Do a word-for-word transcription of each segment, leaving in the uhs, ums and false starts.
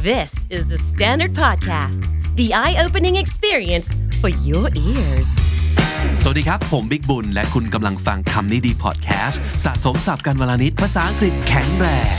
This is the Standard Podcast, the eye-opening experience for your ears. สวัสดีครับผมบิ๊กบุญและคุณกำลังฟังคำนี้ดีพอดแคสต์สะสมศัพท์กันวลนิดภาษาอังกฤษแข็งแรง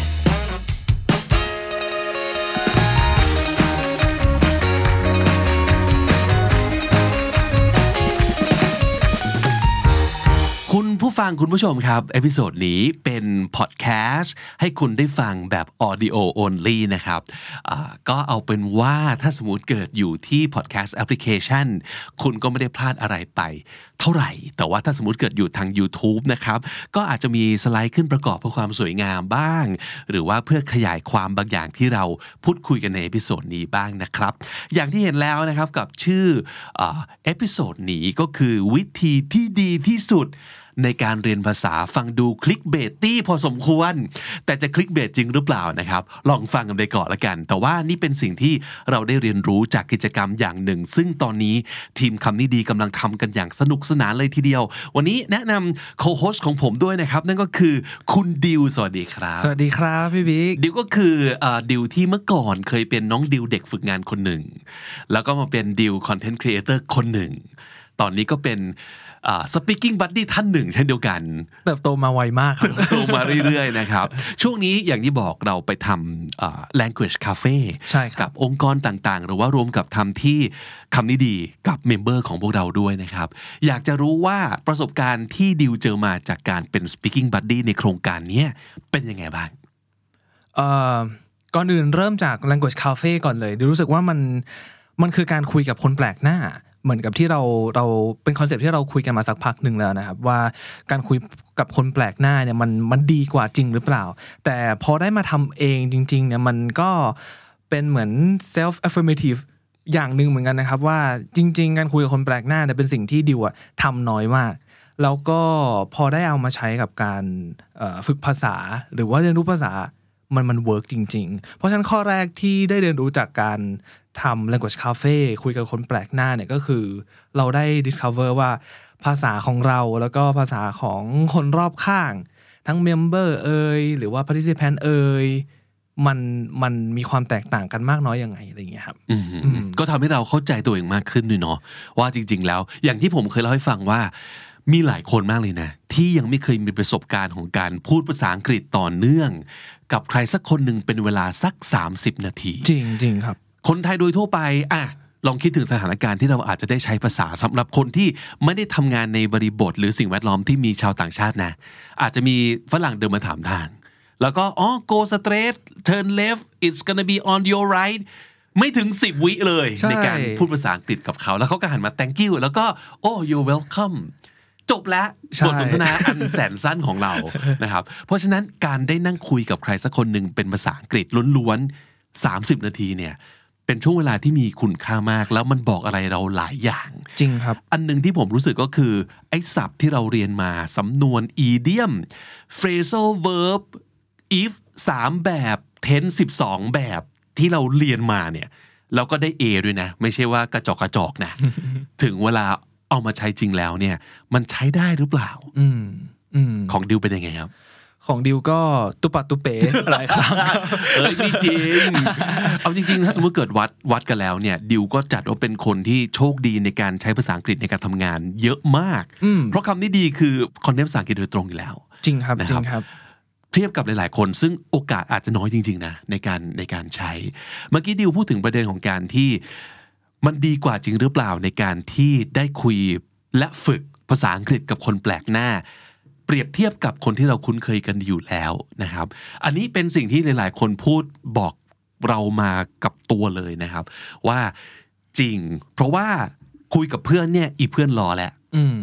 คุณผู้ฟังคุณผู้ชมครับเอพิโซดนี้เป็นพอดแคสต์ให้คุณได้ฟังแบบ audio only นะครับก็เอาเป็นว่าถ้าสมมุติเกิดอยู่ที่พอดแคสต์แอปพลิเคชันคุณก็ไม่ได้พลาดอะไรไปเท่าไหร่แต่ว่าถ้าสมมุติเกิดอยู่ทาง YouTube นะครับก็อาจจะมีสไลด์ขึ้นประกอบเพื่อความสวยงามบ้างหรือว่าเพื่อขยายความบางอย่างที่เราพูดคุยกันในเอพิโซดนี้บ้างนะครับอย่างที่เห็นแล้วนะครับกับชื่อเอพิโซดนี้ก็คือวิธีที่ดีที่สุดในการเรียนภาษาฟังดูคลิกเบตตี้พอสมควรแต่จะคลิกเบตจริงหรือเปล่านะครับลองฟังกันไปก่อนละกันแต่ว่านี่เป็นสิ่งที่เราได้เรียนรู้จากกิจกรรมอย่างหนึ่งซึ่งตอนนี้ทีมคำนี้ดีกำลังทำกันอย่างสนุกสนานเลยทีเดียววันนี้แนะนำโคโฮสต์ของผมด้วยนะครับนั่นก็คือคุณดิวสวัสดีครับสวัสดีครับพี่บิ๊กดิวก็คือดิวที่เมื่อก่อนเคยเป็นน้องดิวเด็กฝึกงานคนหนึ่งแล้วก็มาเป็นดิวคอนเทนต์ครีเอเตอร์คนหนึ่งตอนนี้ก็เป็นอ่า speaking buddy ท่านหนึ่งเช่นเดียวกันเติบโตมาไวมากครับโตมาเรื่อยๆนะครับช่วงนี้อย่างที่บอกเราไปทำอ่า language cafe กับองค์กรต่างๆหรือว่ารวมกับทำที่คำนี้ดีกับเมมเบอร์ของพวกเราด้วยนะครับอยากจะรู้ว่าประสบการณ์ที่ดิวเจอมาจากการเป็น speaking buddy ในโครงการนี้เป็นยังไงบ้างเอ่อก่อนอื่นเริ่มจาก language cafe ก่อนเลยดิวรู้สึกว่ามันมันคือการคุยกับคนแปลกหน้าเหมือนกับที่เราเราเป็นคอนเซปต์ที่เราคุยกันมาสักพักหนึ่งแล้วนะครับว่าการคุยกับคนแปลกหน้าเนี่ยมันมันดีกว่าจริงหรือเปล่าแต่พอได้มาทำเองจริงๆเนี่ยมันก็เป็นเหมือน self affirmative อย่างหนึ่งเหมือนกันนะครับว่าจริงๆการคุยกับคนแปลกหน้าเนี่ยเป็นสิ่งที่ดิวอะทำน้อยมากแล้วก็พอได้เอามาใช้กับการฝึกภาษาหรือว่าเรียนรู้ภาษามันมันเวิร์กจริงๆเพราะฉะนั้นข้อแรกที่ได้เรียนรู้จากการทำ language cafe คุยกับคนแปลกหน้าเนี่ยก็คือเราได้ discover ว่าภาษาของเราแล้วก็ภาษาของคนรอบข้างทั้ง member เอ่ยหรือว่า participant เอ่ยมันมันมีความแตกต่างกันมากน้อยยังไงอะไรอย่างเงี้ยครับก็ทำให้เราเข้าใจตัวเองมากขึ้นด้วยเนาะว่าจริงๆแล้วอย่างที่ผมเคยเล่าให้ฟังว่ามีหลายคนมากเลยนะที่ยังไม่เคยมีประสบการณ์ของการพูดภาษาอังกฤษต่อเนื่องกับใครสักคนหนึ่งเป็นเวลาสักสามสิบนาทีจริงๆครับคนไทยโดยทั่วไปอ่ะลองคิดถึงสถานการณ์ที่เราอาจจะได้ใช้ภาษาสำหรับคนที่ไม่ได้ทำงานในบริบทหรือสิ่งแวดล้อมที่มีชาวต่างชาตินะอาจจะมีฝรั่งเดินมาถามทางแล้วก็อ๋อ go straight turn left it's gonna be on your right ไม่ถึงสิบวิเลยในการพูดภาษาอังกฤษกับเขาแล้วเขาก็หันมา thank you แล้วก็ oh you're welcomeจบแล้วบทสนทนาอันแสนสั้นของเรานะครับเพราะฉะนั้นการได้นั่งคุยกับใครสักคนหนึ่งเป็นภาษาอังกฤษล้วนๆสามสิบนาทีเนี่ยเป็นช่วงเวลาที่มีคุณค่ามากแล้วมันบอกอะไรเราหลายอย่างจริงครับอันนึงที่ผมรู้สึกก็คือไอ้ศัพท์ที่เราเรียนมาสำนวน idiom phrasal verb if สามแบบ tense สิบสองแบบที่เราเรียนมาเนี่ยเราก็ได้ A ด้วยนะไม่ใช่ว่ากระจอกกระจอกนะ ถึงเวลาเอามาใช้จริงแล้วเนี่ยมันใช้ได้หรือเปล่าอืมอืมของดิวเป็นยังไงครับของดิวก็ตุปัดตุเป๋หลายครั้งเอ้ยไม่จริงเอาจริงๆถ้าสมมติเกิดวัดวัดกันแล้วเนี่ยดิวก็จัดว่าเป็นคนที่โชคดีในการใช้ภาษาอังกฤษในการทำงานเยอะมากเพราะคำนี้ดีคือคอนเทนต์ภาษาอังกฤษโดยตรงอยู่แล้วจริงครับจริงครับเทียบกับหลายๆคนซึ่งโอกาสอาจจะน้อยจริงๆนะในการในการใช้เมื่อกี้ดิวพูดถึงประเด็นของการที่มันดีกว่าจริงหรือเปล่าในการที่ได้คุยและฝึกภาษาอังกฤษกับคนแปลกหน้าเปรียบเทียบกับคนที่เราคุ้นเคยกันอยู่แล้วนะครับอันนี้เป็นสิ่งที่หลายๆคนพูดบอกเรามากับตัวเลยนะครับว่าจริงเพราะว่าคุยกับเพื่อนเนี่ยอีเพื่อนรอแหละ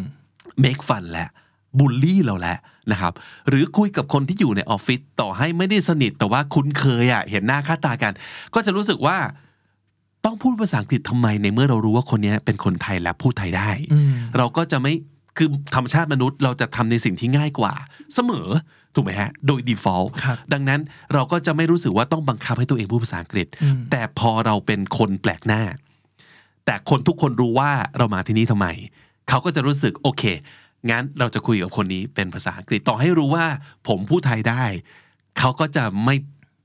make fun แหละบูลลี่เราแหละนะครับหรือคุยกับคนที่อยู่ในออฟฟิศต่อให้ไม่ได้สนิทแต่ว่าคุ้นเคยอ่ะเห็นหน้าค่าตากันก็จะรู้สึกว่าต้องพูดภาษาอังกฤษทำไมในเมื่อเรารู้ว่าคนนี้เป็นคนไทยและพูดไทยได้เราก็จะไม่คือธรรมชาติมนุษย์เราจะทำในสิ่งที่ง่ายกว่าเสมอถูกไหมฮะโดย default ดังนั้นเราก็จะไม่รู้สึกว่าต้องบังคับให้ตัวเองพูดภาษาอังกฤษแต่พอเราเป็นคนแปลกหน้าแต่คนทุกคนรู้ว่าเรามาที่นี่ทำไมเขาก็จะรู้สึกโอเคงั้นเราจะคุยกับคนนี้เป็นภาษาอังกฤษต่อให้รู้ว่าผมพูดไทยได้เขาก็จะไม่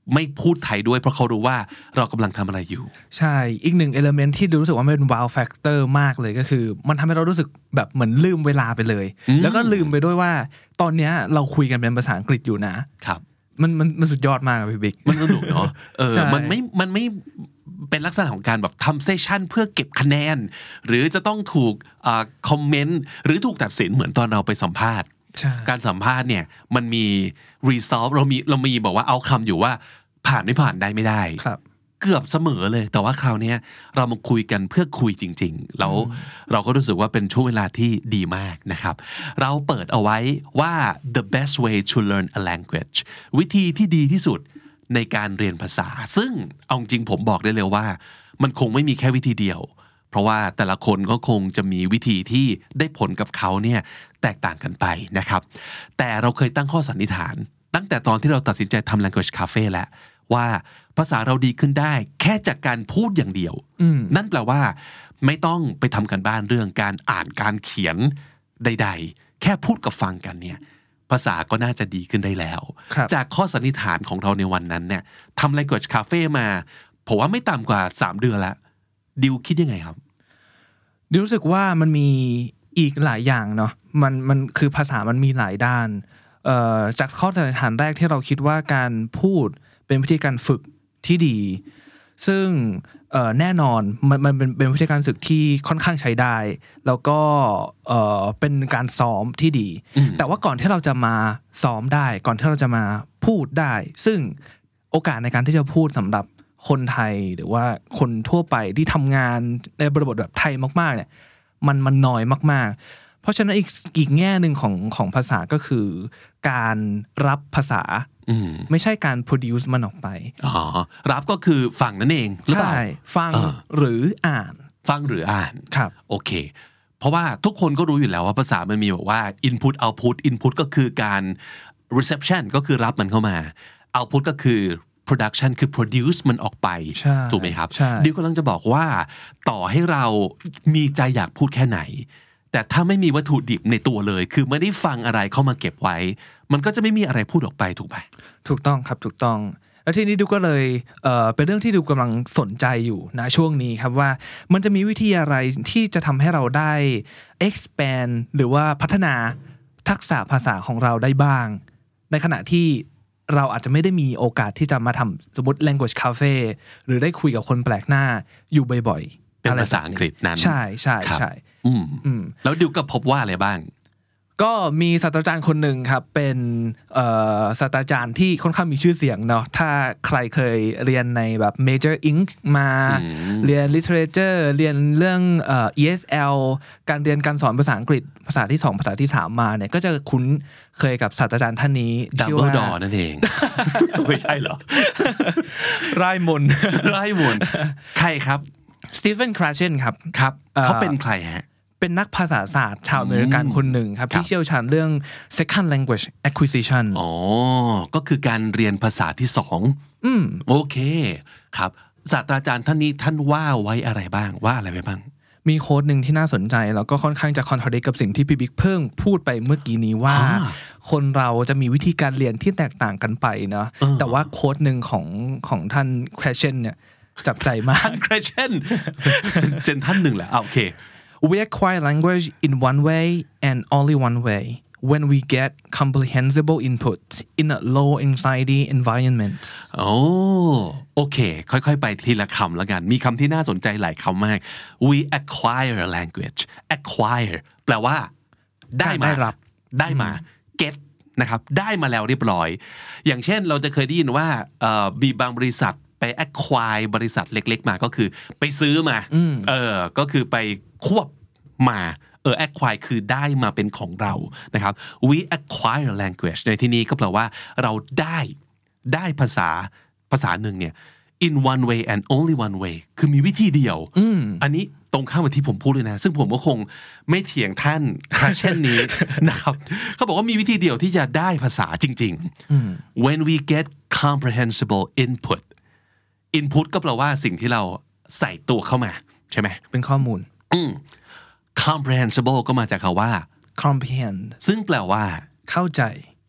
ไม่พูดไทยด้วยเพราะเขารู้ว่าเรากำลังทำอะไรอยู่ใช่อีกหนึ่ง element ที่รู้สึกว่าเป็น wow factor มากเลยก็คือมันทำให้เรารู้สึกแบบเหมือนลืมเวลาไปเลยแล้วก็ลืมไปด้วยว่าตอนนี้เราคุยกันเป็นภาษาอังกฤษอยู่นะครับมันมันมันสุดยอดมากพี่บิ๊กมันสนุกเนาะเออมันไม่มันไม่เป็นลักษณะของการแบบทำเซสชั่นเพื่อเก็บคะแนนหรือจะต้องถูกอ่าคอมเมนต์หรือถูกตัดสินเหมือนตอนเราไปสัมภาษณ์การสัมภาษณ์เนี่ยมันมี resolve เรามีเรามีบอกว่าเอาคำอยู่ว่าผ่านไม่ผ่านได้ไม่ได้เกือบเสมอเลยแต่ว่าคราวนี้เรามาคุยกันเพื่อคุยจริงๆแล้วเราก็รู้สึกว่าเป็นช่วงเวลาที่ดีมากนะครับเราเปิดเอาไว้ว่า the best way to learn a language วิธีที่ดีที่สุดในการเรียนภาษาซึ่งเอาจริงผมบอกได้เลยว่ามันคงไม่มีแค่วิธีเดียวเพราะว่าแต่ละคนก็คงจะมีวิธีที่ได้ผลกับเขาเนี่ยแตกต่างกันไปนะครับแต่เราเคยตั้งข้อสันนิษฐานตั้งแต่ตอนที่เราตัดสินใจทำ language cafe แล้วว่าภาษาเราดีขึ้นได้แค่จากการพูดอย่างเดียวนั่นแปลว่าไม่ต้องไปทำกันบ้านเรื่องการอ่านการเขียนใดๆแค่พูดกับฟังกันเนี่ยภาษาก็น่าจะดีขึ้นได้แล้วจากข้อสันนิษฐานของเราในวันนั้นเนี่ยทำ language cafe มาผมว่าไม่ต่ำกว่าสามเดือนแล้วดิวคิดยังไงครับดิวรู้สึกว่ามันมีอีกหลายอย่างเนาะมันมันคือภาษามันมีหลายด้านเอ่อจากข้อสันนิษฐานแรกที่เราคิดว่าการพูดเป็นวิธีการฝึกที่ดีซึ่งเอ่อแน่นอนมันมันเป็นเป็นวิธีการฝึกที่ค่อนข้างใช้ได้แล้วก็เอ่อเป็นการซ้อมที่ดีแต่ว่าก่อนที่เราจะมาซ้อมได้ก่อนที่เราจะมาพูดได้ซึ่งโอกาสในการที่จะพูดสำหรับคนไทยหรือว่าคนทั่วไปที่ทำงานในบริบทแบบไทยมากๆเนี่ยมันมันน้อยมากๆเพราะฉะนั้นอีกอีกแง่หนึ่งของของภาษาก็คือการรับภาษาไม่ใช่การ produce มันออกไปอ๋อรับก็คือฟังนั่นเองหรือเปล่าใช่ฟังหรืออ่านฟังหรืออ่านครับโอเคเพราะว่าทุกคนก็รู้อยู่แล้วว่าภาษามันมีบอกว่า input output input ก็คือการ reception ก็คือรับมันเข้ามา output ก็คือproduction คือ produce มันออกไปถูกไหมครับดิวกำลังจะบอกว่าต่อให้เรามีใจอยากพูดแค่ไหนแต่ถ้าไม่มีวัตถุดิบในตัวเลยคือไม่ได้ฟังอะไรเข้ามาเก็บไว้มันก็จะไม่มีอะไรพูดออกไปถูกไหมถูกต้องครับถูกต้องแล้วทีนี้ดิวก็เลยเอ่อเป็นเรื่องที่ดิวกำลังสนใจอยู่นะช่วงนี้ครับว่ามันจะมีวิธีอะไรที่จะทำให้เราได้ expand หรือว่าพัฒนาทักษะภาษาของเราได้บ้างในขณะที่เราอาจจะไม่ได้มีโอกาสที่จะมาทำสมมติ language cafe หรือได้คุยกับคนแปลกหน้าอยู่บ่อยๆเป็นภาษาอังกฤษนั้นใช่ใช่ใช่อืมอืมแล้วดิวก็พบว่าอะไรบ้างก็มีศาสตราจารย์คนหนึ่งครับเป็นเอ่อศาสตราจารย์ที่ค่อนข้างมีชื่อเสียงเนาะถ้าใครเคยเรียนในแบบ Major English มาเรียน Literature เรียนเรื่องเอ่อ อี เอส แอล การเรียนการสอนภาษาอังกฤษภาษาที่สองภาษาที่สามมาเนี่ยก็จะคุ้นเคยกับศาสตราจารย์ท่านนี้ชื่อว่า Dumbledore นั่นเองไม่ใช่เหรอไร่มนไร่มนใครครับ Stephen Krashen ครับครับเขาเป็นใครฮะเป็นนักภาษาศาสตร์ชาวอเมริกันคนหนึ่งครับที่เชี่ยวชาญเรื่อง second language acquisition อ๋อก็คือการเรียนภาษาที่สองอืมโอเคครับศาสตราจารย์ท่านนี้ท่านว่าไว้อะไรบ้างว่าอะไรไว้บ้างมีโค้ดหนึ่งที่น่าสนใจแล้วก็ค่อนข้างจะ contradict กับสิ่งที่พี่บิ๊กเพิ่งพูดไปเมื่อกี้นี้ว่าคนเราจะมีวิธีการเรียนที่แตกต่างกันไปเนาะแต่ว่าโค้ดหนึ่งของของท่าน Krashen เนี่ยจับใจมาก Krashen เป็นท่านหนึ่งแหละโอเค We acquire language in one way and only one way when we get comprehensible input in a low anxiety environment โอ้โอเคค่อยๆไปทีละคำแล้วกันมีคำที่น่าสนใจหลายคำมาก We acquire a language acquire แปลว่าได้มาได้มา get นะครับได้มาแล้วเรียบร้อยอย่างเช่นเราจะเคยได้ยินว่ามีบางบริษัทไป acquire บริษัทเล็กๆมาก็คือไปซื้อมาเออก็คือไปควบมาเออ acquire คือได้มาเป็นของเรานะครับ we acquire language ในที่นี้ก็แปลว่าเราได้ได้ภาษาภาษาหนึ่งเนี่ย in one way and only one way คือมีวิธีเดียวอันนี้ตรงข้ามกับที่ผมพูดเลยนะซึ่งผมก็คงไม่เถียงท่านเช่นนี้นะครับเขาบอกว่ามีวิธีเดียวที่จะได้ภาษาจริงๆ when we get comprehensible input input ก็แปลว่าสิ่งที่เราใส่ตัวเข้ามาใช่ไหมเป็นข้อมูลอืม comprehensible ก็มาจากคำว่า comprehend ซึ่งแปลว่าเข้าใจ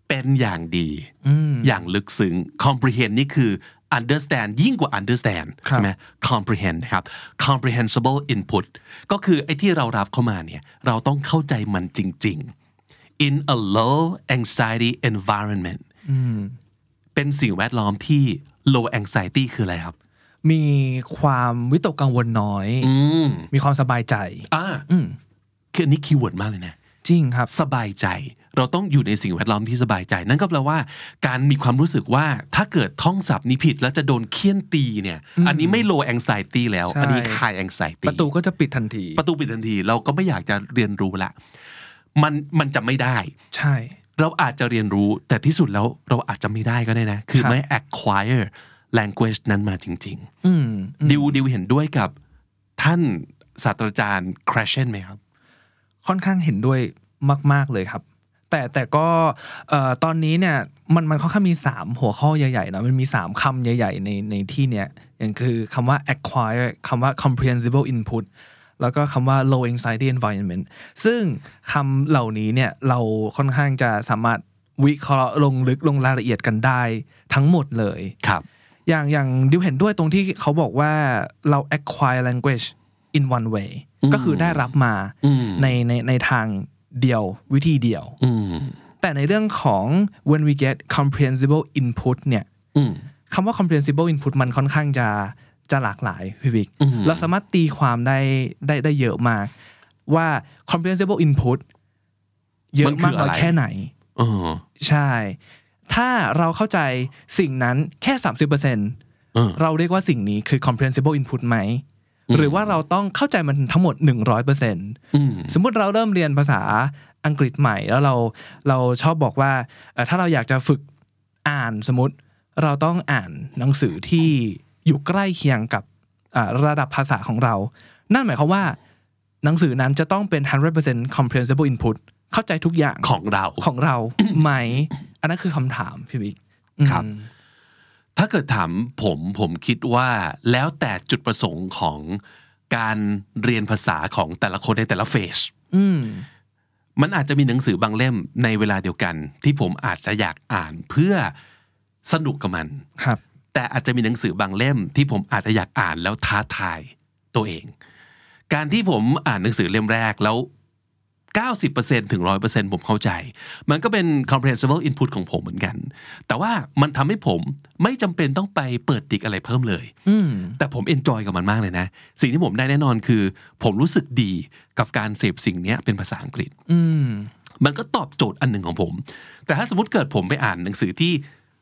เป็นอย่างดีอืมอย่างลึกซึ้ง comprehend นี่คือ understand ยิ่งกว่า understand ใช่ไหม comprehend นะครับ comprehensible input ก็คือไอ้ที่เรารับเข้ามาเนี่ยเราต้องเข้าใจมันจริงๆ in a low anxiety environment เป็นสิ่งแวดล้อมที่ low anxiety คืออะไรครับมีความวิตกกังวลน้อยมีความสบายใจอ่าคืออันนี้คีย์เวิร์ดมากเลยนะจริงครับสบายใจเราต้องอยู่ในสิ่งแวดล้อมที่สบายใจนั่นก็แปลว่าการมีความรู้สึกว่าถ้าเกิดท่องศัพท์นี้ผิดแล้วจะโดนเคี่ยนตีเนี่ยอันนี้ไม่ low anxiety แล้วอันนี้ high anxiety ประตูก็จะปิดทันทีประตูปิดทันทีเราก็ไม่อยากจะเรียนรู้ละมันมันจะไม่ได้ใช่เราอาจจะเรียนรู้แต่ที่สุดแล้วเราอาจจะไม่ได้ก็ได้นะคือไม่ acquire language นั้นมาจริงๆดิวดิวเห็นด้วยกับท่านศาสตราจารย์ Krashen ไหมครับค่อนข้างเห็นด้วยมากๆเลยครับแต่แต่ก็ตอนนี้เนี่ยมันมันค่อนข้างมีสามหัวข้อใหญ่ๆนะมันมีสามคำใหญ่ๆในในที่เนี้ยอย่างคือคำว่า acquire คำว่า comprehensible input แล้วก็คำว่า low anxiety environment ซึ่งคำเหล่านี้เนี่ยเราค่อนข้างจะสามารถวิเคราะห์ลงลึกลงรายละเอียดกันได้ทั้งหมดเลยครับอย่างอย่างดิวเห็นด้วยตรงที่เขาบอกว่าเรา acquire language in one way ก็คือได้รับมาในในในทางเดียววิธีเดียวแต่ในเรื่องของ when we get comprehensible input เนี่ยคำว่า comprehensible input มันค่อนข้างจะจะหลากหลายพี่บิ๊กเราสามารถตีความได้ได้ได้เยอะมากว่า comprehensible input เยอะมากน้อยแค่ไหนใช่ถ้าเราเข้าใจสิ่งนั้นแค่ สามสิบเปอร์เซ็นต์ เราเรียกว่าสิ่งนี้คือ comprehensible input ไหมหรือว่าเราต้องเข้าใจมันทั้งหมด หนึ่งร้อยเปอร์เซ็นต์ สมมุติเราเริ่มเรียนภาษาอังกฤษใหม่แล้วเราเราชอบบอกว่าถ้าเราอยากจะฝึกอ่านสมมุติเราต้องอ่านหนังสือที่อยู่ใกล้เคียงกับระดับภาษาของเรานั่นหมายความว่าหนังสือนั้นจะต้องเป็น หนึ่งร้อยเปอร์เซ็นต์ comprehensible input เข้าใจทุกอย่างของเราของเรา ไหมอันนั้นคือคำถามพี่บิ๊กครับถ้าเกิดถามผมผมคิดว่าแล้วแต่จุดประสงค์ของการเรียนภาษาของแต่ละคนในแต่ละเฟสมันอาจจะมีหนังสือบางเล่มในเวลาเดียวกันที่ผมอาจจะอยากอ่านเพื่อสนุกกับมันครับแต่อาจจะมีหนังสือบางเล่มที่ผมอาจจะอยากอ่านแล้วท้าทายตัวเองการที่ผมอ่านหนังสือเล่มแรกแล้วเก้าสิบเปอร์เซ็นต์ ถึง หนึ่งร้อยเปอร์เซ็นต์ ผมเข้าใจมันก็เป็น comprehensible input ของผมเหมือนกันแต่ว่ามันทำให้ผมไม่จำเป็นต้องไปเปิดดิกอะไรเพิ่มเลยแต่ผม enjoy กับมันมากเลยนะสิ่งที่ผมได้แน่นอนคือผมรู้สึกดีกับการเสพสิ่งนี้เป็นภาษาอังกฤษมันก็ตอบโจทย์อันหนึ่งของผมแต่ถ้าสมมติเกิดผมไปอ่านหนังสือที่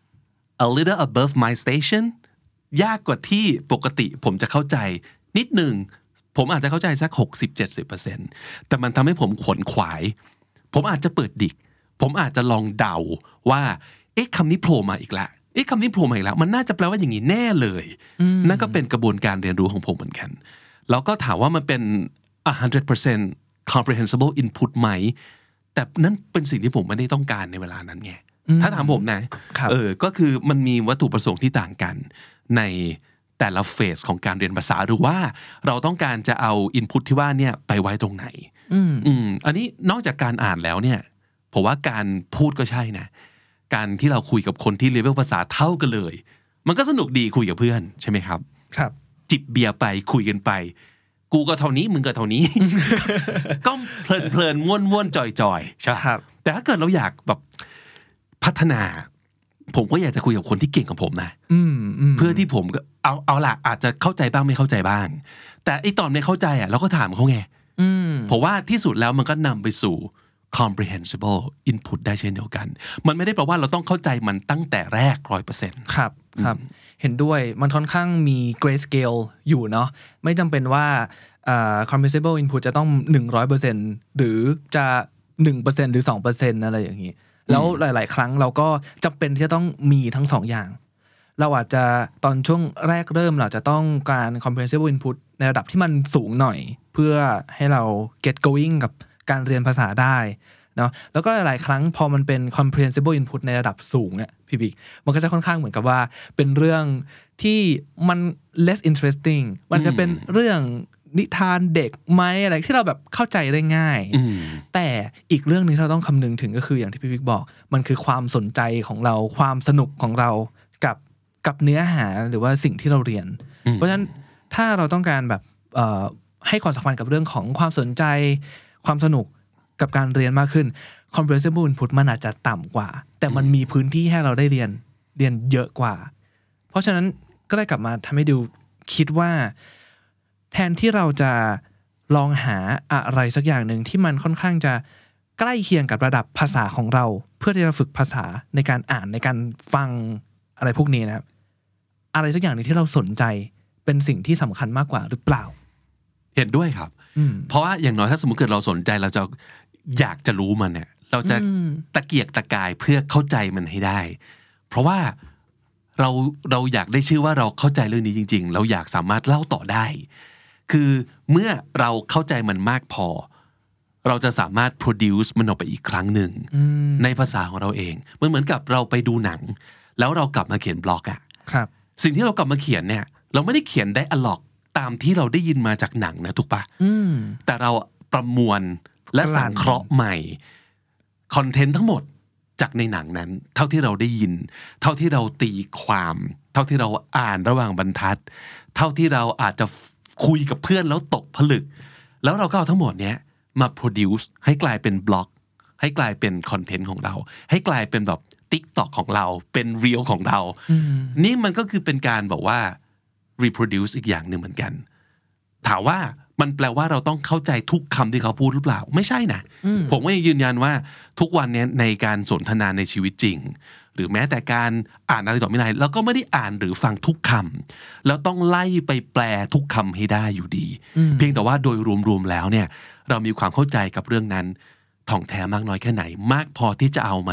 a little above my station ยากกว่าที่ปกติผมจะเข้าใจนิดนึงผมอาจจะเข้าใจสัก หกสิบถึงเจ็ดสิบเปอร์เซ็นต์ แต่มันทำให้ผมขวนขวายผมอาจจะเปิดดิกผมอาจจะลองเดาว่าเอ๊ะคำนี้โผล่มาอีกแล้วเอ๊ะคำนี้โผล่มาอีกแล้วมันน่าจะแปลว่าอย่างนี้แน่เลยนั่นก็เป็นกระบวนการเรียนรู้ของผมเหมือนกันแล้วก็ถามว่ามันเป็น one hundred percent comprehensible input ไหมแต่นั่นเป็นสิ่งที่ผมไม่ได้ต้องการในเวลานั้นไงถ้าถามผมนะเออก็คือมันมีวัตถุประสงค์ที่ต่างกันในแต่ละเฟสของการเรียนภาษาหรือว่าเราต้องการจะเอาอินพุตที่ว่าเนี่ยไปไว้ตรงไหนอืมอืมอันนี้นอกจากการอ่านแล้วเนี่ยผมว่าการพูดก็ใช่นะการที่เราคุยกับคนที่เลเวลภาษาเท่ากันเลยมันก็สนุกดีคุยกับเพื่อนใช่ไหมครับครับจิบเบียร์ไปคุยกันไปกูก็เท่านี้มึงก็เท่านี้ ก็เพลินเพลินม่วนม่วนจอยจอยใช่ครับแต่ถ้าเกิดเราอยากแบบพัฒนาผมก็อยากจะคุยกับคนที่เก่งกับผมนะเพื่อที่ผมก็เอาเอาล่ะอาจจะเข้าใจบ้างไม่เข้าใจบ้างแต่ไอ้ตอนไม่เข้าใจอ่ะเราก็ถามเขาไงเพราะว่าที่สุดแล้วมันก็นำไปสู่ comprehensible input ได้เช่นเดียวกันมันไม่ได้แปลว่าเราต้องเข้าใจมันตั้งแต่แรก ร้อยเปอร์เซ็นต์ครับครับเห็นด้วยมันค่อนข้างมี gray scale อยู่เนาะไม่จำเป็นว่า comprehensible input จะต้อง หนึ่งร้อยเปอร์เซ็นต์ หรือจะ หนึ่งเปอร์เซ็นต์ หรือ สองเปอร์เซ็นต์ อะไรอย่างนี้แล้วหลายๆครั้งเราก็จำเป็นที่จะต้องมีทั้งสองอย่างเราอาจจะตอนช่วงแรกเริ่มเราจะต้องการ comprehensible input ในระดับที่มันสูงหน่อยเพื่อให้เรา get going กับการเรียนภาษาได้เนาะแล้วก็หลายครั้งพอมันเป็น comprehensible input ในระดับสูงเนี่ยพี่บิ๊กมันก็จะค่อนข้างเหมือนกับว่าเป็นเรื่องที่มัน less interesting มันจะเป็นเรื่องนิทานเด็กไหมอะไรที่เราแบบเข้าใจได้ง่ายแต่อีกเรื่องนึงที่เราต้องคำนึงถึงก็คืออย่างที่พี่บิ๊กบอกมันคือความสนใจของเราความสนุกของเรากับกับเนื้อหาหรือว่าสิ่งที่เราเรียนเพราะฉะนั้นถ้าเราต้องการแบบเอ่อให้ความสำคัญกับเรื่องของความสนใจความสนุกกับการเรียนมากขึ้น comprehensible input มันอาจจะต่ำกว่าแต่มันมีพื้นที่ให้เราได้เรียนเรียนเยอะกว่าเพราะฉะนั้นก็เลยกลับมาทำให้ดูคิดว่าแทนที่เราจะลองหาอะไรสักอย่างหนึ่งที่มันค่อนข้างจะใกล้เคียงกับระดับภาษาของเราเพื่อที่จะฝึกภาษาในการอ่านในการฟังอะไรพวกนี้นะครับอะไรสักอย่างนึงที่เราสนใจเป็นสิ่งที่สำคัญมากกว่าหรือเปล่าเห็นด้วยครับเพราะว่าอย่างน้อยถ้าสมมติเกิดเราสนใจเราจะอยากจะรู้มันเนี่ยเราจะตะเกียกตะกายเพื่อเข้าใจมันให้ได้เพราะว่าเราเราอยากได้ชื่อว่าเราเข้าใจเรื่องนี้จริงๆเราอยากสามารถเล่าต่อได้คือเมื่อเราเข้าใจมันมากพอเราจะสามารถ produce มันออกไปอีกครั้งหนึ่งในภาษาของเราเองมันเหมือนกับเราไปดูหนังแล้วเรากลับมาเขียนบล็อกอะครับสิ่งที่เรากลับมาเขียนเนี่ยเราไม่ได้เขียนได้อะล็อกตามที่เราได้ยินมาจากหนังนะถูกปะแต่เราประมวลและสังเคราะห์ใหม่คอนเทนต์ทั้งหมดจากในหนังนั้นเท่าที่เราได้ยินเท่าที่เราตีความเท่าที่เราอ่านระหว่างบรรทัดเท่าที่เราอาจจะคุยกับเพื่อนแล้วตกผลึกแล้วเราก็เอาทั้งหมดเนี้ยมา produce ให้กลายเป็นบล็อกให้กลายเป็นคอนเทนต์ของเราให้กลายเป็นแบบ TikTok ของเราเป็น Reel ของเรานี่มันก็คือเป็นการบอกว่า reproduce อีกอย่างหนึ่งเหมือนกันถามว่ามันแปลว่าเราต้องเข้าใจทุกคำที่เขาพูดหรือเปล่าไม่ใช่นะผมก็ยังยืนยันว่าทุกวันนี้ในการสนทนาในชีวิตจริงหรือแม้แต่การอ่านอะไรต่อไม่ได้เราก็ไม่ได้อ่านหรือฟังทุกคำแล้วต้องไล่ไปแปลทุกคำให้ได้อยู่ดีเพียงแต่ว่าโดยรวมๆแล้วเนี่ยเรามีความเข้าใจกับเรื่องนั้นถ่องแท้มากน้อยแค่ไหนมากพอที่จะเอามา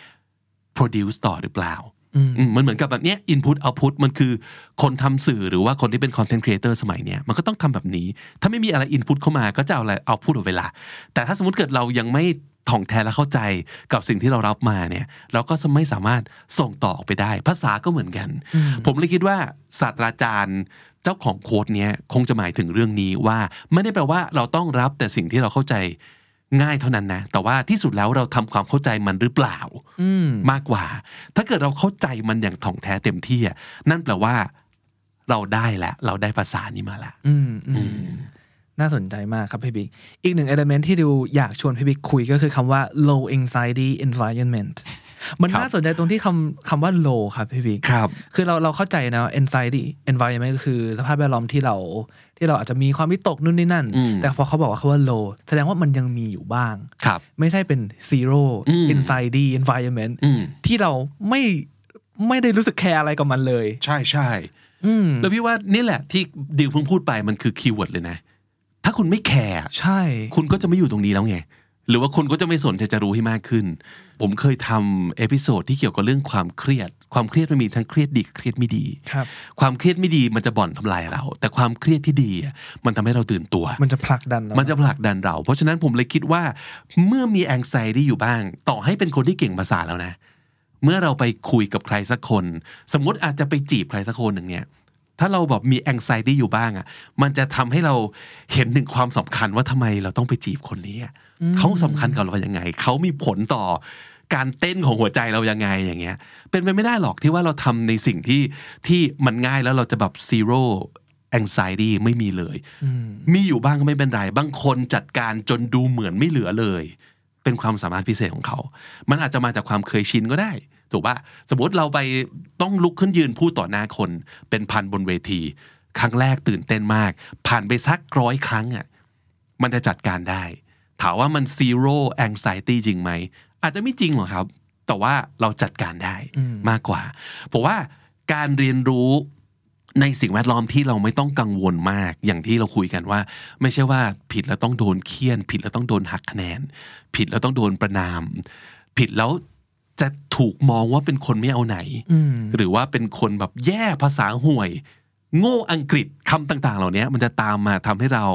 produce ต่อหรือเปล่ามันเหมือนกับแบบเนี้ย input output มันคือคนทำสื่อหรือว่าคนที่เป็น content creator สมัยเนี้ยมันก็ต้องทำแบบนี้ถ้าไม่มีอะไร input เข้ามาก็จะเอาอะไร output ออกเวลาแต่ถ้าสมมติเกิดเรายังไม่ถ่องแท้และเข้าใจกับสิ่งที่เรารับมาเนี่ยเราก็จะไม่สามารถส่งต่อออกไปได้ภาษาก็เหมือนกันผมเลยคิดว่าศาสตราจารย์เจ้าของโค้ดเนี้ยคงจะหมายถึงเรื่องนี้ว่าไม่ได้แปลว่าเราต้องรับแต่สิ่งที่เราเข้าใจง่ายเท่านั้นนะแต่ว่าที่สุดแล้วเราทำความเข้าใจมันหรือเปล่ามากกว่าถ้าเกิดเราเข้าใจมันอย่างถ่องแท้เต็มที่นั่นแปลว่าเราได้แล้วเราได้ภาษานี้มาแล้วน่าสนใจมากครับพี่บิ๊กอีกหนึ่ง element ที่ดูอยากชวนพี่บิ๊กคุยก็คือคำว่า low anxiety environment มันน่าสนใจตรงที่คำคำว่า low ครับพี่บิ๊กครับคือเราเราเข้าใจนะ anxiety environment ก็คือสภาพแวดล้อมที่เราที่เราอาจจะมีความวิตกนู่นนี่นั่นแต่พอเขาบอกว่าคำว่า low แสดงว่ามันยังมีอยู่บ้างไม่ใช่เป็น zero anxiety environment ที่เราไม่ไม่ได้รู้สึกแคร์อะไรกับมันเลยใช่ใช่แล้วพี่ว่านี่แหละที่ดิวเพิ่งพูดไปมันคือคีย์เวิร์ดเลยนะถ้าคุณไม่แคร์ใช่คุณก็จะไม่อยู่ตรงนี้แล้วไงหรือว่าคุณก็จะไม่สนใจจะรู้ให้มากขึ้นผมเคยทำเอพิโซดที่เกี่ยวกับเรื่องความเครียดความเครียดมันมีทั้งเครียดดีเครียดไม่ดีครับความเครียดไม่ดีมันจะบ่อนทำลายเราแต่ความเครียดที่ดีมันทำให้เราตื่นตัวมันจะผลักดันเรามันจะผลักดันเราเพราะฉะนั้นผมเลยคิดว่าเมื่อมี anxiety อยู่บ้างต่อให้เป็นคนที่เก่งภาษาแล้วนะเมื่อเราไปคุยกับใครสักคนสมมติอาจจะไปจีบใครสักคนหนึ่งเนี่ยถ้าเราแบบมี anxiety อยู่บ้างอ่ะมันจะทำให้เราเห็นถึงความสำคัญว่าทำไมเราต้องไปจีบคนนี้เขาสำคัญกับเรายังไงเขามีผลต่อการเต้นของหัวใจเรายังไงอย่างเงี้ยเป็นไปไม่ได้หรอกที่ว่าเราทำในสิ่งที่ที่มันง่ายแล้วเราจะแบบ zero anxiety ไม่มีเลยมีอยู่บ้างก็ไม่เป็นไรบางคนจัดการจนดูเหมือนไม่เหลือเลยเป็นความสามารถพิเศษของเขามันอาจจะมาจากความเคยชินก็ได้ถูกป่ะสมมติเราไปต้องลุกขึ้นยืนพูดต่อหน้าคนเป็นพันบนเวทีครั้งแรกตื่นเต้นมากผ่านไปสักร้อยครั้งอ่ะมันจะจัดการได้ถามว่ามัน zero anxiety จริงไหมอาจจะไม่จริงหรอกครับแต่ว่าเราจัดการได้มากกว่าเพราะว่าการเรียนรู้ในสิ่งแวดล้อมที่เราไม่ต้องกังวลมากอย่างที่เราคุยกันว่าไม่ใช่ว่าผิดแล้วต้องโดนเคี่ยนผิดแล้วต้องโดนหักคะแนนผิดแล้วต้องโดนประณามผิดแล้วจะถูกมองว่าเป็นคนไม่เอาไหนหรือว่าเป็นคนแบบแย่ภาษาห่วยโง่อังกฤษคำต่างๆเหล่านี้มันจะตามมาทำให้เรา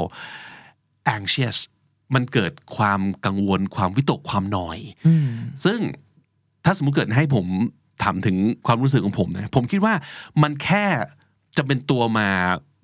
anxious มันเกิดความกังวลความวิตกความนอยซึ่งถ้าสมมติเกิดให้ผมถามถึงความรู้สึกของผมนะผมคิดว่ามันแค่จะเป็นตัวมา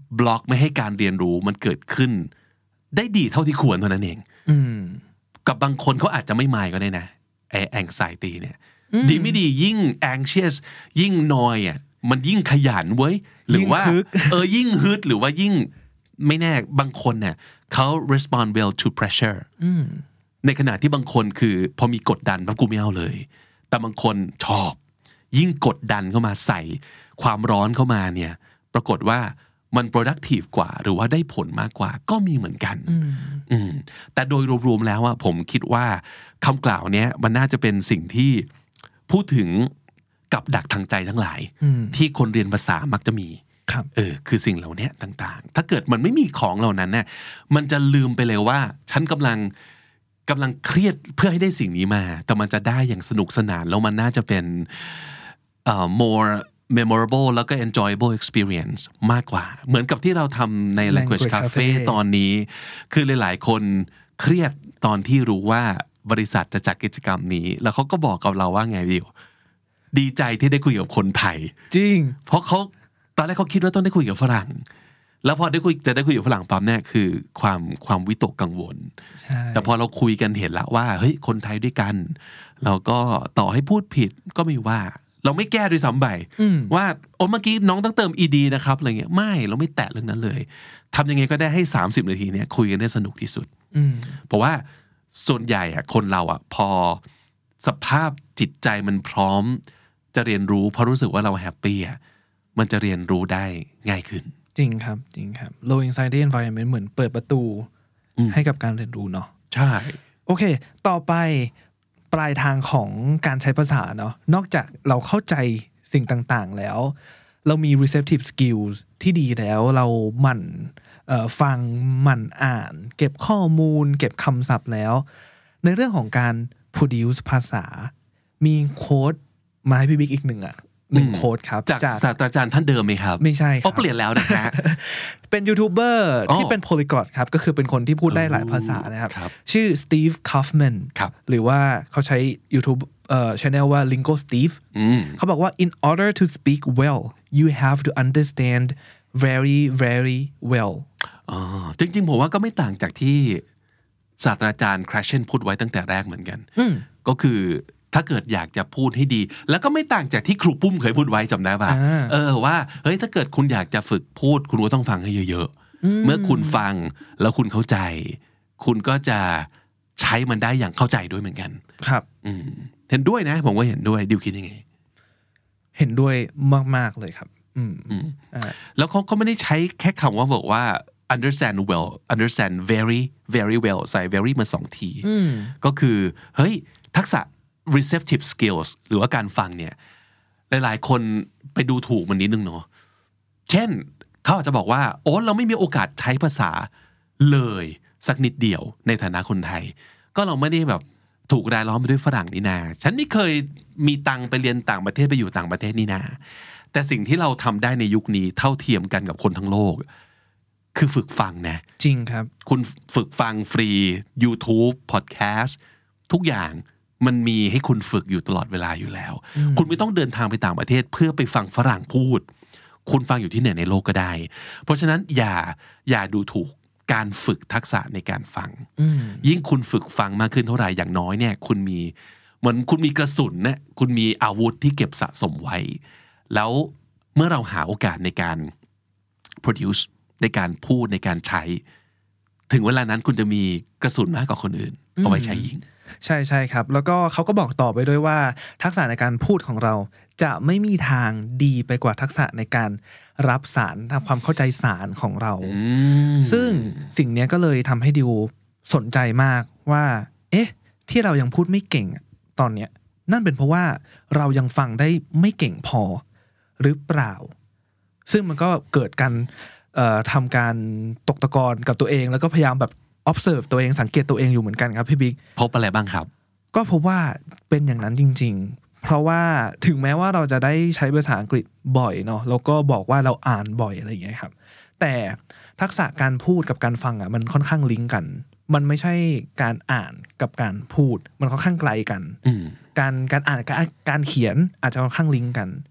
บล็อกไม่ให้การเรียนรู้มันเกิดขึ้นได้ดีเท่าที่ควรเท่านั้นเองกับบางคนเขาอาจจะไม่มายก็ได้นะไอ้ anxiety เนี่ยดีไม่ดียิ่ง anxious ยิ่งนอยอ่ะมันยิ่งขยันเว้ยหรือว่าเออยิ่งฮึดหรือว่ายิ่งไม่แน่บางคนเนี่ยเขา respond well to pressure ในขณะที่บางคนคือพอมีกดดันปั๊บกูไม่เอาเลยแต่บางคนชอบยิ่งกดดันเข้ามาใส่ความร้อนเข้ามาเนี่ยปรากฏว่ามัน productive กว่าหรือว่าได้ผลมากกว่าก็มีเหมือนกันอืมแต่โดยรวมๆแล้วอะผมคิดว่าคำกล่าวเนี้ยมันน่าจะเป็นสิ่งที่พูดถึงกับดักทางใจทั้งหลายที่คนเรียนภาษามักจะมีเออคือสิ่งเหล่านี้ต่างๆถ้าเกิดมันไม่มีของเหล่านั้นเนี่ยมันจะลืมไปเลยว่าฉันกำลังกำลังเครียดเพื่อให้ได้สิ่งนี้มาแต่มันจะได้อย่างสนุกสนานแล้วมันน่าจะเป็นเอ่อ more memorable แล้วก็ enjoyable experience มากกว่าเหมือนกับที่เราทำใน language cafe ตอนนี้คือหลายๆคนเครียดตอนที่รู้ว่าบริษัทจะจัดกิจกรรมนี้แล้วเขาก็บอกกับเราว่าไงวิวดีใจที่ได้คุยกับคนไทยจริงเพราะเขาตอนแรกเขาคิดว่าต้องได้คุยกับฝรั่งแล้วพอได้คุยจะได้คุยกับฝรั่งปั๊บเนี่ยคือความความวิตกกังวลแต่พอเราคุยกันเห็นแล้วว่าเฮ้ยคนไทยด้วยกันเราก็ต่อให้พูดผิดก็ไม่ว่าเราไม่แก้ด้วยซ้ำไปว่าโอ้เมื่อกี้น้องต้องเติม ed นะครับอะไรเงี้ยไม่เราไม่แตะเรื่องนั้นเลยทำยังไงก็ได้ให้สามสิบนาทีเนี่ยคุยกันได้สนุกที่สุดเพราะว่าส่วนใหญ่อะคนเราอะพอสภาพจิตใจมันพร้อมจะเรียนรู้เพราะรู้สึกว่าเราแฮปปี้อะมันจะเรียนรู้ได้ง่ายขึ้นจริงครับจริงครับ low anxiety environment เหมือนเปิดประตูให้กับการเรียนรู้เนาะใช่โอเคต่อไปปลายทางของการใช้ภาษาเนาะนอกจากเราเข้าใจสิ่งต่างๆแล้วเรามี receptive skills ที่ดีแล้วเราหมั่นฟังหมั่นอ่านเก็บข้อมูลเก็บคำศัพท์แล้วในเรื่องของการ produce ภาษามีโค้ดมาให้พี่บิ๊กอีกหนึ่งอ่ะหนึ่งโค้ดครับจากศาสตราจารย์ท่านเดิมไหมครับไม่ใช่ครับอ๋อเปลี่ยนแล้วนะฮะเป็นยูทูบเบอร์ที่เป็น polyglot ครับก็คือเป็นคนที่พูดได้หลายภาษานะครับชื่อ Steve Kaufman หรือว่าเขาใช้ YouTube เอ่อ channel ว่า Lingo Steve เขาบอกว่า in order to speak well you have to understand very very well อ๋อจริงๆผมว่าก็ไม่ต่างจากที่ศาสตราจารย์คราเชนพูดไว้ตั้งแต่แรกเหมือนกันก็คือถ้าเกิดอยากจะพูดให้ดีแล้วก็ไม่ต่างจากที่ครูปุ้มเคยพูดไว้จำได้ป่ะเออว่าเฮ้ยถ้าเกิดคุณอยากจะฝึกพูดคุณก็ต้องฟังให้เยอะๆเมื่อคุณฟังแล้วคุณเข้าใจคุณก็จะใช้มันได้อย่างเข้าใจด้วยเหมือนกันครับเห็นด้วยนะผมว่าเห็นด้วยดิวคิดยังไงเห็นด้วยมากๆเลยครับอืมแล้วเขาก็ไม่ได้ใช้แค่คำว่าบอกว่า understand well understand very very well ใส่ very มาสองทีก็คือเฮ้ยทักษะreceptive skills หรือว่าการฟังเนี่ยหลายๆคนไปดูถูกมันนิดนึงเนาะเช่นเขาอาจจะบอกว่าโอ้เราไม่มีโอกาสใช้ภาษาเลยสักนิดเดียวในฐานะคนไทยก็เราไม่ได้แบบถูกรายล้อมไปด้วยฝรั่งนี่นาฉันไม่เคยมีตังไปเรียนต่างประเทศไปอยู่ต่างประเทศนี่นาแต่สิ่งที่เราทำได้ในยุคนี้เท่าเทียมกันกับคนทั้งโลกคือฝึกฟังนะจริงครับคุณฝึกฟังฟรี YouTube Podcast ทุกอย่างมันมีให้คุณฝึกอยู่ตลอดเวลาอยู่แล้วคุณไม่ต้องเดินทางไปต่างประเทศเพื่อไปฟังฝรั่งพูดคุณฟังอยู่ที่ไหนในโลกก็ได้เพราะฉะนั้นอย่าอย่าดูถูกการฝึกทักษะในการฟังยิ่งคุณฝึกฟังมากขึ้นเท่าไหร่อย่างน้อยเนี่ยคุณมีเหมือนคุณมีกระสุนเนี่ยคุณมีอาวุธที่เก็บสะสมไว้แล้วเมื่อเราหาโอกาสในการ produce ในการพูดในการใช้ถึงเวลานั้นคุณจะมีกระสุนมากกว่าคนอื่นเอาไว้ใช้ยิงใช่ใช่ครับแล้วก็เขาก็บอกต่อไปด้วยว่าทักษะในการพูดของเราจะไม่มีทางดีไปกว่าทักษะในการรับสารทำความเข้าใจสารของเราซึ่งสิ่งนี้ก็เลยทำให้ดิวสนใจมากว่าเอ๊ะที่เรายังพูดไม่เก่งตอนเนี้ยนั่นเป็นเพราะว่าเรายังฟังได้ไม่เก่งพอหรือเปล่าซึ่งมันก็เกิดการทำการตกตะกอนกับตัวเองแล้วก็พยายามแบบobserve ตัวเองสังเกตตัวเองอยู่เหมือนกันครับพี่บิ๊กพบอะไรบ้างครับก็พบว่าเป็นอย่างนั้นจริงๆเพราะว่าถึงแม้ว่าเราจะได้ใช้ภาษาอังกฤษบ่อยเนาะแล้วก็บอกว่าเราอ่านบ่อยอะไรอย่างเงี้ยครับแต่ทักษะการพูดกับการฟังอ่ะมันค่อนข้างลิงก์กันมันไม่ใช่การอ่านกับการพูดมันค่อนข้างไกลกันการการอ่านกับการเขียนอาจจะค่อนข้างลิงก์กัน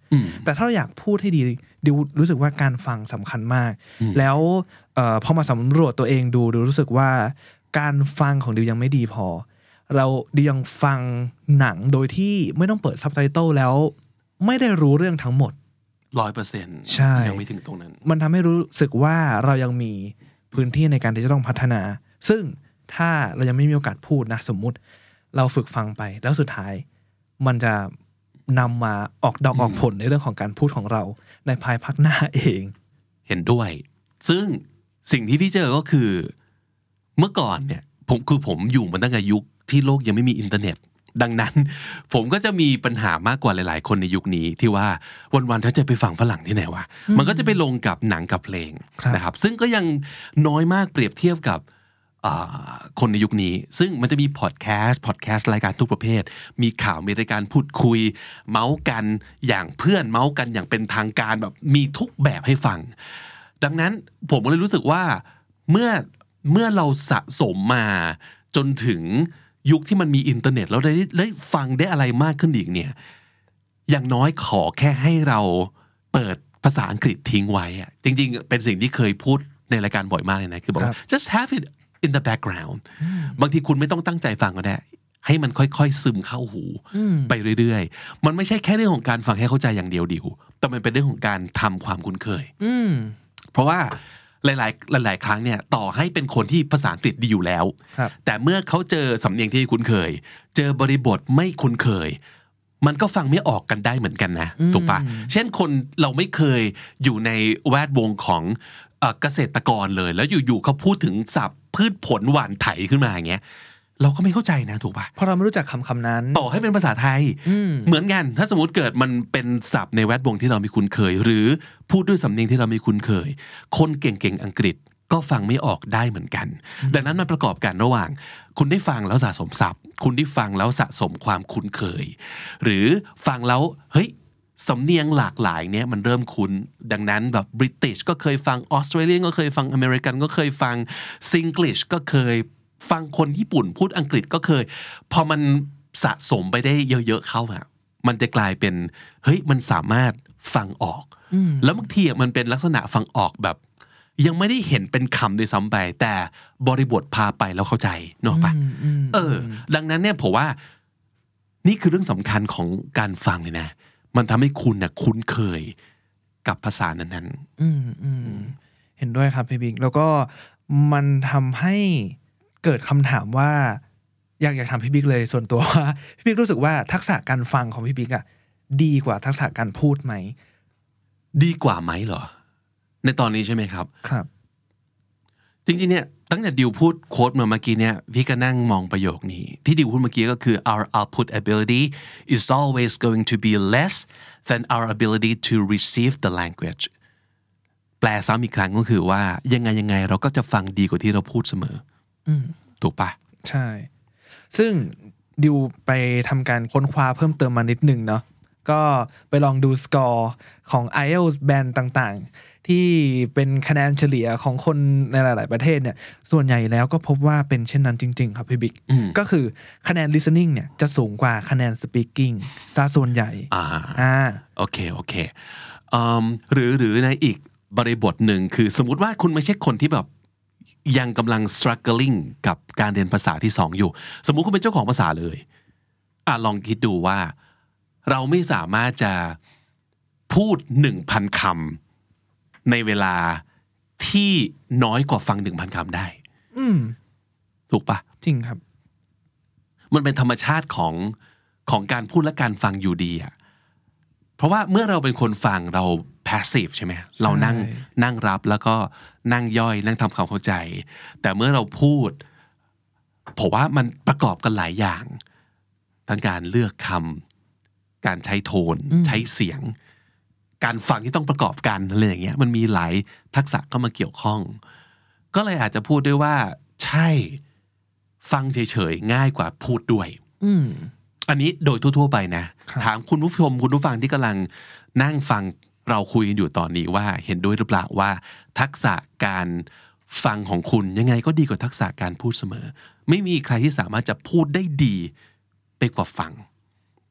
แต่ถ้าเราอยากพูดให้ดีดิวรู้สึกว่าการฟังสำคัญมากแล้วเอ่อพอมาสำรวจตัวเองดูดิวรู้สึกว่าการฟังของดิวยังไม่ดีพอเราดิวยังฟังหนังโดยที่ไม่ต้องเปิดซับไตเติลแล้วไม่ได้รู้เรื่องทั้งหมดร้อยเปอร์เซ็นต์ใช่ยังไม่ถึงตรงนั้นมันทำให้รู้สึกว่าเรายังมีพื้นที่ในการที่จะต้องพัฒนาซึ่งถ้าเรายังไม่มีโอกาสพูดนะสมมุติเราฝึกฟังไปแล้วสุดท้ายมันจะนำมาออกดอกออกผลในเรื่องของการพูดของเราในภายภาคหน้าเองเห็นด้วยซึ่งสิ่งที่พี่เจอก็คือเมื่อก่อนเนี่ยผมคือผมอยู่มาตั้งแต่ยุคที่โลกยังไม่มีอินเทอร์เน็ตดังนั้นผมก็จะมีปัญหามากกว่าหลายๆคนในยุคนี้ที่ว่าวันๆถ้าจะไปฟังฝรั่งที่ไหนวะมันก็จะไปลงกับหนังกับเพลงนะครับซึ่งก็ยังน้อยมากเปรียบเทียบกับคนในยุคนี้ซึ่งมันจะมีพอดแคสต์พอดแคสต์รายการทุกประเภทมีข่าวมีรายการพูดคุยเมาส์กันอย่างเพื่อนเมาส์กันอย่างเป็นทางการแบบมีทุกแบบให้ฟังดังนั้นผมก็เลยรู้สึกว่าเมื่อเมื่อเราสะสมมาจนถึงยุคที่มันมีอินเทอร์เน็ตแล้วได้ได้ฟังได้อะไรมากขึ้นอีกเนี่ยอย่างน้อยขอแค่ให้เราเปิดภาษาอังกฤษทิ้งไว้อะจริงๆเป็นสิ่งที่เคยพูดในรายการบ่อยมากเลยนะคือบอก just have it in the background บางทีคุณไม่ต้องตั้งใจฟังก็ได้ให้มันค่อยๆซึมเข้าหูไปเรื่อยๆมันไม่ใช่แค่เรื่องของการฟังให้เข้าใจอย่างเดียวดิวแต่มันเป็นเรื่องของการทำความคุ้นเคยเพราะว่าหลายๆหลายๆครั้งเนี่ยต่อให้เป็นคนที่ภาษาอังกฤษดีอยู่แล้วแต่เมื่อเขาเจอสำเนียงที่คุ้นเคยเจอบริบทไม่คุ้นเคยมันก็ฟังไม่ออกกันได้เหมือนกันนะถูกปะเช่นคนเราไม่เคยอยู่ในแวดวงของเกษตรกรเลยแล้วอยู่ๆเขาพูดถึงศัพท์พืชผลหว่านไถขึ้นมาอย่างเงี้ยเราก็ไม่เข้าใจนะถูกปะเพราะเราไม่รู้จักคำคำนั้นต่อให้เป็นภาษาไทยเหมือนกันถ้าสมมติเกิดมันเป็นศัพท์ในแวดวงที่เราไม่คุ้นเคยหรือพูดด้วยสำเนียงที่เราไม่คุ้นเคยคนเก่งๆอังกฤษก็ฟังไม่ออกได้เหมือนกันดังนั้นมันประกอบกันระหว่างคุณได้ฟังแล้วสะสมศัพท์คุณได้ฟังแล้วสะสมความคุ้นเคยหรือฟังแล้วเฮ้ยสำเนียงหลากหลายเนี่ยมันเริ่มคุ้นดังนั้นแบบบริติชก็เคยฟังออสเตรเลียก็เคยฟังอเมริกันก็เคยฟังซิงกลิชก็เคยฟังคนญี่ปุ่นพูดอังกฤษก็เคยพอมันสะสมไปได้เยอะๆเข้าอะมันจะกลายเป็นเฮ้ยมันสามารถฟังออกแล้วบางทีมันเป็นลักษณะฟังออกแบบยังไม่ได้เห็นเป็นคำด้วยซ้ำไปแต่บริบทพาไปแล้วเข้าใจเนอะปะเออดังนั้นเนี่ยผมว่านี่คือเรื่องสำคัญของการฟังเลยนะมันทำให้คุณน่ะคุ้นเคยกับภาษานั้นๆอืมอืมเห็นด้วยครับพี่บิ๊กแล้วก็มันทำให้เกิดคำถามว่าอยากอยากถามพี่บิ๊กเลยส่วนตัวว่าพี่บิ๊กรู้สึกว่าทักษะการฟังของพี่บิ๊กอะดีกว่าทักษะการพูดไหมดีกว่าไหมเหรอในตอนนี้ใช่ไหมครับครับจริงๆเนี่ยตั้งแต่ดิวพูดโค้ดมาเมื่อกี้เนี่ยพี่ก็นั่งมองประโยคนี้ที่ดิวพูดเมื่อกี้ก็คือ our output ability is always going to be less than our ability to receive the language แปลซ้ำอีกครั้งก็คือว่ายังไงยังไงเราก็จะฟังดีกว่าที่เราพูดเสมอถูกปะใช่ซึ่งดิวไปทำการค้นคว้าเพิ่มเติมมานิดนึงเนาะก็ไปลองดูสกอร์ของ ไอ เอล ที เอส แบนด์ต่างๆที่เป็นคะแนนเฉลี่ยของคนในหลายๆประเทศเนี่ยส่วนใหญ่แล้วก็พบว่าเป็นเช่นนั้นจริงๆครับพี่บิ๊กก็คือคะแนน listening เนี่ยจะสูงกว่าคะแนน speaking ซะส่วนใหญ่อ่าอ่าโอเคโอเคอืมหรือหรือในอีกบริบทหนึ่งคือสมมุติว่าคุณไม่ใช่คนที่แบบยังกำลัง struggling กับการเรียนภาษาที่สองอยู่สมมุติคุณเป็นเจ้าของภาษาเลยอ่ะลองคิดดูว่าเราไม่สามารถจะพูด หนึ่งพัน คำในเวลาที่น้อยกว่าฟัง หนึ่งพัน คำได้อืมถูกปะจริงครับมันเป็นธรรมชาติของของการพูดและการฟังอยู่ดีอ่ะเพราะว่าเมื่อเราเป็นคนฟังเรา passive ใช่ไหมเรานั่งนั่งรับแล้วก็นั่งย่อยนั่งทำความเข้าใจแต่เมื่อเราพูดผมว่ามันประกอบกันหลายอย่างทั้งการเลือกคำการใช้โทนใช้เสียงการฟังที่ต้องประกอบกันอะไรอย่างเงี้ยมันมีหลายทักษะเข้ามาเกี่ยวข้องก็เลยอาจจะพูดด้วยว่าใช่ฟังเฉยๆง่ายกว่าพูดด้วยอันนี้โดยทั่วๆไปนะถามคุณผู้ชมคุณผู้ฟังที่กำลังนั่งฟังเราคุยกันอยู่ตอนนี้ว่าเห็นด้วยหรือเปล่าว่าทักษะการฟังของคุณยังไงก็ดีกว่าทักษะการพูดเสมอไม่มีใครที่สามารถจะพูดได้ดีไปกว่าฟัง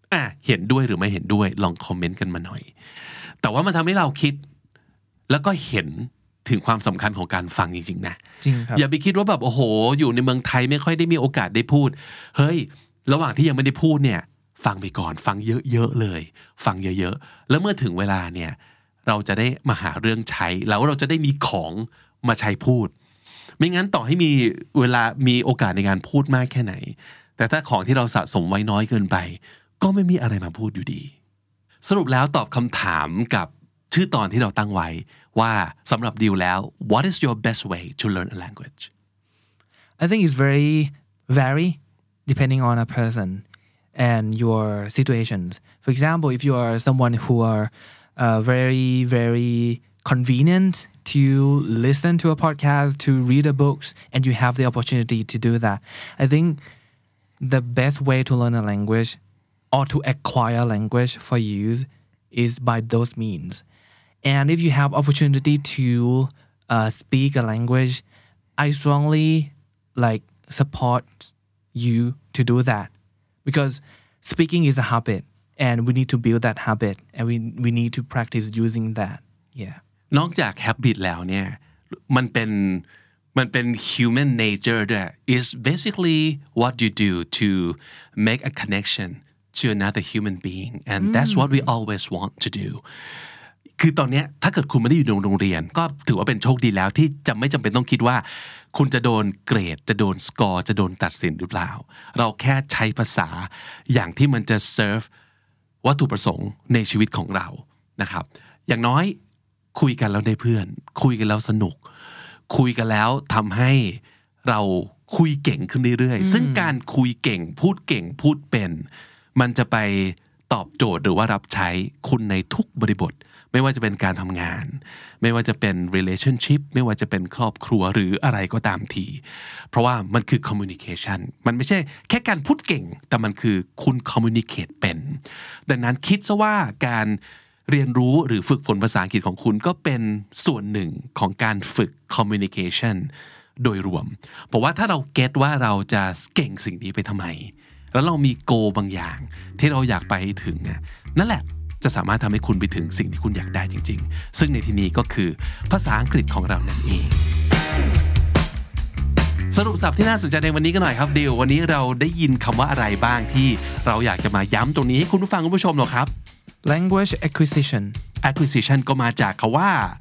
อ่ะเห็นด้วยหรือไม่เห็นด้วยลองคอมเมนต์กันมาหน่อยแต่ว่ามันทำให้เราคิดแล้วก็เห็นถึงความสำคัญของการฟังจริงๆนะจริงครับอย่าไปคิดว่าแบบโอ้โหอยู่ในเมืองไทยไม่ค่อยได้มีโอกาสได้พูดเฮ้ยระหว่างที่ยังไม่ได้พูดเนี่ยฟังไปก่อนฟังเยอะๆเลยฟังเยอะๆแล้วเมื่อถึงเวลาเนี่ยเราจะได้มาหาเรื่องใช้แล้วเราจะได้มีของมาใช้พูดไม่งั้นต่อให้มีเวลามีโอกาสในการพูดมากแค่ไหนแต่ถ้าของที่เราสะสมไว้น้อยเกินไปก็ไม่มีอะไรมาพูดอยู่ดีสรุปแล้วตอบคำถามกับชื่อตอนที่เราตั้งไว้ว่าสำหรับดิวแล้ว What is your best way to learn a language I think it's very vary depending on a person and your situations for example if you are someone who are uh, very very convenient to listen to a podcast to read a books and you have the opportunity to do that I think the best way to learn a language or to acquire language for you is by those means and if you have opportunity to uh, speak a language I strongly like support you to do that because speaking is a habit and we need to build that habit and we we need to practice using that yeah นอกจาก habit แล้วเนี่ยมันเป็นมันเป็น human nature ด้วย is basically what you do to make a connection to another human being and that's what we always want to do คือตอนนี้ถ้าเกิดคุณไม่ได้อยู่ในโรงเรียนก็ถือว่าเป็นโชคดีแล้วที่จะไม่จำเป็นต้องคิดว่าคุณจะโดนเกรดจะโดนสกอร์จะโดนตัดสินหรือเปล่าเราแค่ใช้ภาษาอย่างที่มันจะ serve วัตถุประสงค์ในชีวิตของเรานะครับอย่างน้อยคุยกันแล้วได้เพื่อนคุยกันแล้วสนุกคุยกันแล้วทำให้เราคุยเก่งขึ้นเรื่อยๆซึ่งการคุยเก่งพูดเก่งพูดเป็นมันจะไปตอบโจทย์หรือว่ารับใช้คุณในทุกบริบทไม่ว่าจะเป็นการทำงานไม่ว่าจะเป็น relationship ไม่ว่าจะเป็นครอบครัวหรืออะไรก็ตามทีเพราะว่ามันคือ communication มันไม่ใช่แค่การพูดเก่งแต่มันคือคุณ communicate เป็นดังนั้นคิดซะว่าการเรียนรู้หรือฝึกฝนภาษาอังกฤษของคุณก็เป็นส่วนหนึ่งของการฝึก communication โดยรวมเพราะว่าถ้าเราเก็ตว่าเราจะเก่งสิ่งนี้ไปทำไมแล้วเรามีโกบางอย่างที่เราอยากไปถึงนั่นแหละจะสามารถทำให้คุณไปถึงสิ่งที่คุณอยากได้จริงๆซึ่งในที่นี้ก็คือภาษาอังกฤษของเรานั่นเองสรุปศัพท์ที่น่าสนใจในวันนี้กันหน่อยครับเดียววันนี้เราได้ยินคำว่าอะไรบ้างที่เราอยากจะมาย้ำตรงนี้ให้คุณผู้ฟังคุณผู้ชมหน่อยครับ language acquisition acquisition ก็มาจากคำว่า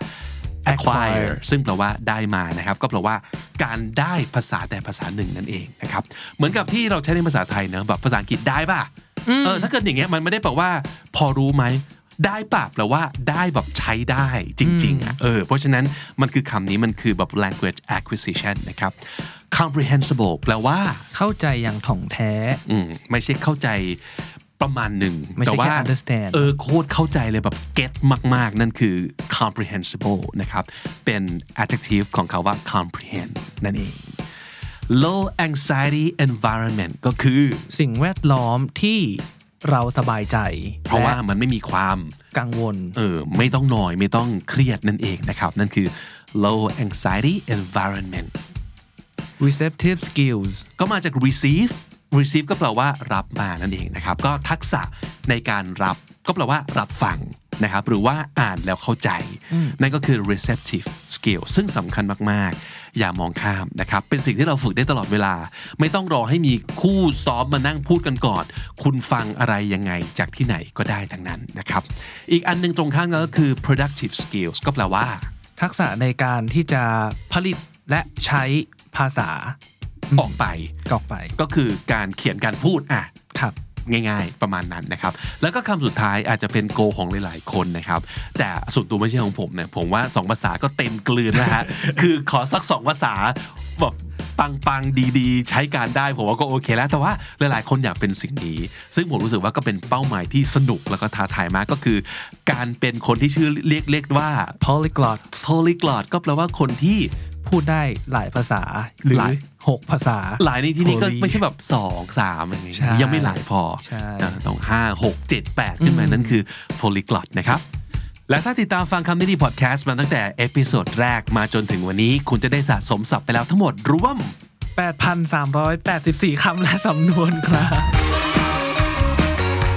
acquire ซึ่งแปลว่าได้มานะครับก็แปลว่าการได้ภาษาแต่ภาษาหนึ่งนั่นเองนะครับเหมือนกับที่เราใช้ในภาษาไทยเนอะแบบภาษาอังกฤษได้ป่ะเออถ้าเกิดอย่างเงี้ยมันไม่ได้แปลว่าพอรู้ไหมได้ป่ะแปลว่าได้แบบใช้ได้จริงๆอ่ะเออเพราะฉะนั้นมันคือคำนี้มันคือแบบ language acquisition นะครับ comprehensible แปลว่าเข้าใจอย่างถ่องแท้อืมไม่ใช่เข้าใจประมาณหนึ่งแต่ว่า understand เออโคตรเข้าใจเลยแบบ get มากๆนั่นคือ comprehensible นะครับเป็น adjective ของคำว่า comprehend นั่นเอง low anxiety environment ก็คือสิ่งแวดล้อมที่เราสบายใจเพราะว่ามันไม่มีความกังวลเออไม่ต้องนอยไม่ต้องเครียดนั่นเองนะครับนั่นคือ low anxiety environment receptive skills ก็มาจาก receive receive ก็แปลว่ารับมานั่นเองนะครับก็ทักษะในการรับก็แปลว่ารับฟังนะครับหรือว่าอ่านแล้วเข้าใจนั่นก็คือ receptive skill ซึ่งสำคัญมากๆอย่ามองข้ามนะครับเป็นสิ่งที่เราฝึกได้ตลอดเวลาไม่ต้องรอให้มีคู่ซ้อมมานั่งพูดกันก่อนคุณฟังอะไรยังไงจากที่ไหนก็ได้ทั้งนั้นนะครับอีกอันนึงตรงข้ามก็คือ productive skills ก็แปลว่าทักษะในการที่จะผลิตและใช้ภาษาออกไปออกไปก็คือการเขียนการพูดอ่ะครับง่ายๆประมาณนั้นนะครับแล้วก็คำสุดท้ายอาจจะเป็นโกของหลายๆคนนะครับแต่ส่วนตัวไม่ใช่ของผมเนี่ยผมว่าสองภาษาก็เต็มกลืนนะฮะ คือขอสักสองภาษาแบบปังๆดีๆใช้การได้ผมว่าก็โอเคแล้วแต่ว่าหลายๆคนอยากเป็นสิ่งนี้ซึ่งผมรู้สึกว่าก็เป็นเป้าหมายที่สนุกแล้วก็ท้าทายมากก็คือการเป็นคนที่ชื่อเรียกเรียกว่า polyglot polyglot ก็แปลว่าคนที่พูดได้หลายภาษาหรือหกภาษาหลายในที่นี้ก็ไม่ใช่แบบสอง สามอย่างนี้ยังไม่หลายพอต้องห้า หก เจ็ด แปดขึ้นมานั่นคือ polyglot นะครับและถ้าติดตามฟังคำนี้ดีพอดแคสต์มาตั้งแต่เอพิโซดแรกมาจนถึงวันนี้คุณจะได้สะสมศัพท์ไปแล้วทั้งหมดรวมแปดพันสามร้อยแปดสิบสี่ คำและสำนวนครับ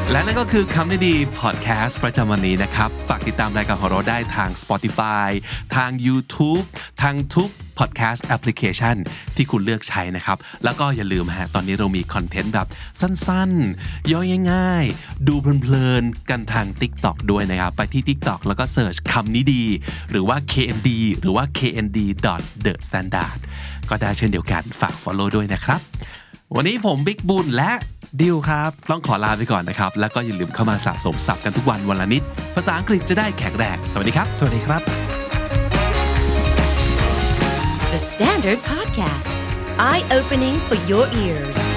และนั่นก็คือคำนี้ดีพอดแคสต์ประจำวันนี้นะครับฝากติดตามรายการของเราได้ทาง Spotify ทาง YouTube ทางทุก podcast application ที่คุณเลือกใช้นะครับแล้วก็อย่าลืมฮะตอนนี้เรามีคอนเทนต์แบบสั้นๆย่อยง่ายๆดูเพลินๆกันทาง TikTok ด้วยนะครับไปที่ TikTok แล้วก็เสิร์ชคำนี้ดีหรือว่า เค เอ็น ดี หรือว่า เค เอ็น ดี ดอท เดอะ สแตนดาร์ด ก็ได้เช่นเดียวกันฝาก follow ด้วยนะครับวันนี้ผมบิ๊กบุญและดิวครับต้องขอลาไปก่อนนะครับแล้วก็อย่าลืมเข้ามาสะสมศัพท์กันทุกวันวันละนิดภาษาอังกฤษจะได้แข็งแรงสวัสดีครับสวัสดีครับ The Standard Podcast Eye Opening for Your Ears